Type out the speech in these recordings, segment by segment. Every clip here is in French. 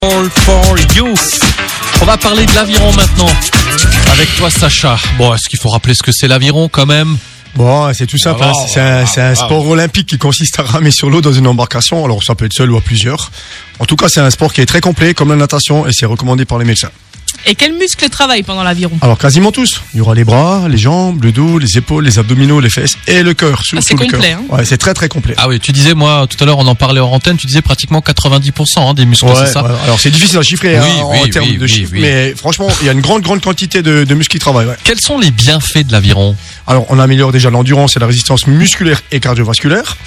All for you. On va parler de l'aviron maintenant. Avec toi, Sacha. Bon, est-ce qu'il faut rappeler ce que c'est l'aviron quand même? Bon, c'est tout simple. C'est un sport olympique qui consiste à ramer sur l'eau dans une embarcation. Alors, ça peut être seul ou à plusieurs. En tout cas, c'est un sport qui est très complet, comme la natation, et c'est recommandé par les médecins. Et quels muscles travaillent pendant l'aviron? Alors, quasiment tous. Il y aura les bras, les jambes, le dos, les épaules, les abdominaux, les fesses et le cœur. C'est complet, hein. Ouais, c'est très très complet. Ah oui, tu disais, moi, tout à l'heure, on en parlait hors antenne, tu disais pratiquement 90% des muscles, c'est ça? Ouais. Alors, c'est difficile à chiffrer en termes de chiffres, mais franchement, il y a une grande quantité de muscles qui travaillent. Ouais. Quels sont les bienfaits de l'aviron? Alors, on améliore déjà l'endurance et la résistance musculaire et cardiovasculaire.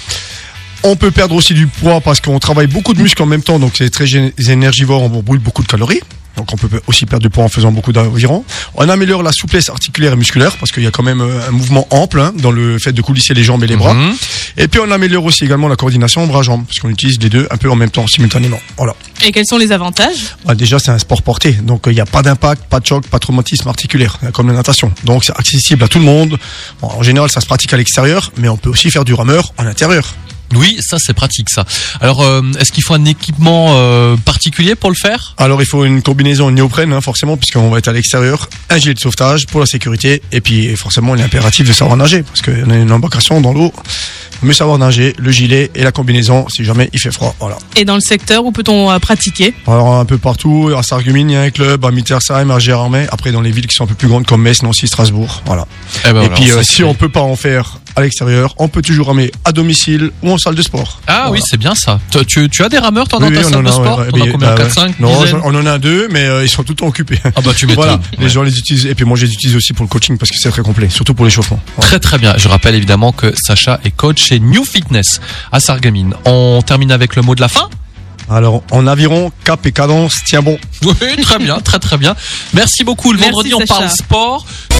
On peut perdre aussi du poids parce qu'on travaille beaucoup de muscles en même temps, donc c'est très énergivore, on brûle beaucoup de calories. Donc on peut aussi perdre du poids en faisant beaucoup d'aviron. On améliore la souplesse articulaire et musculaire parce qu'il y a quand même un mouvement ample dans le fait de coulisser les jambes et les bras. Et puis on améliore aussi également la coordination bras-jambes parce qu'on utilise les deux un peu en même temps, simultanément. Voilà. Et quels sont les avantages? Déjà, c'est un sport porté, donc il n'y a pas d'impact, pas de choc, pas de traumatisme articulaire, comme la natation. Donc c'est accessible à tout le monde. Bon, en général, ça se pratique à l'extérieur, mais on peut aussi faire du rameur en intérieur. Oui, ça c'est pratique ça. Alors, est-ce qu'il faut un équipement particulier pour le faire? Alors, il faut une combinaison néoprène, forcément, puisqu'on va être à l'extérieur, un gilet de sauvetage pour la sécurité, et puis forcément, il est impératif de savoir nager, parce qu'on a une embarcation dans l'eau. Il faut mieux savoir nager, le gilet et la combinaison, si jamais il fait froid. Voilà. Et dans le secteur, où peut-on pratiquer? Alors, un peu partout, à Sarreguemines, il y a un club, à Mittersheim, à Gérardmer, après dans les villes qui sont un peu plus grandes comme Metz, Nancy, Strasbourg. Voilà. Et puis, si on peut pas en faire à l'extérieur, on peut toujours ramer à domicile ou en salle de sport. Ah voilà. Oui, c'est bien ça. Tu as des rameurs, toi, dans ta salle de sport? T'en as combien? 4-5? Non, on en a 2, mais ils sont tout le temps occupés. Ah bah tu m'étonnes. Voilà, les gens les utilisent, et puis moi je les utilise aussi pour le coaching parce que c'est très complet, surtout pour l'échauffement. Voilà. Très bien. Je rappelle évidemment que Sacha est coach chez New Fitness à Sarreguemines. On termine avec le mot de la fin. Alors, en aviron, cap et cadence, tiens bon. Oui, très bien. Merci beaucoup. Le vendredi, on parle sport.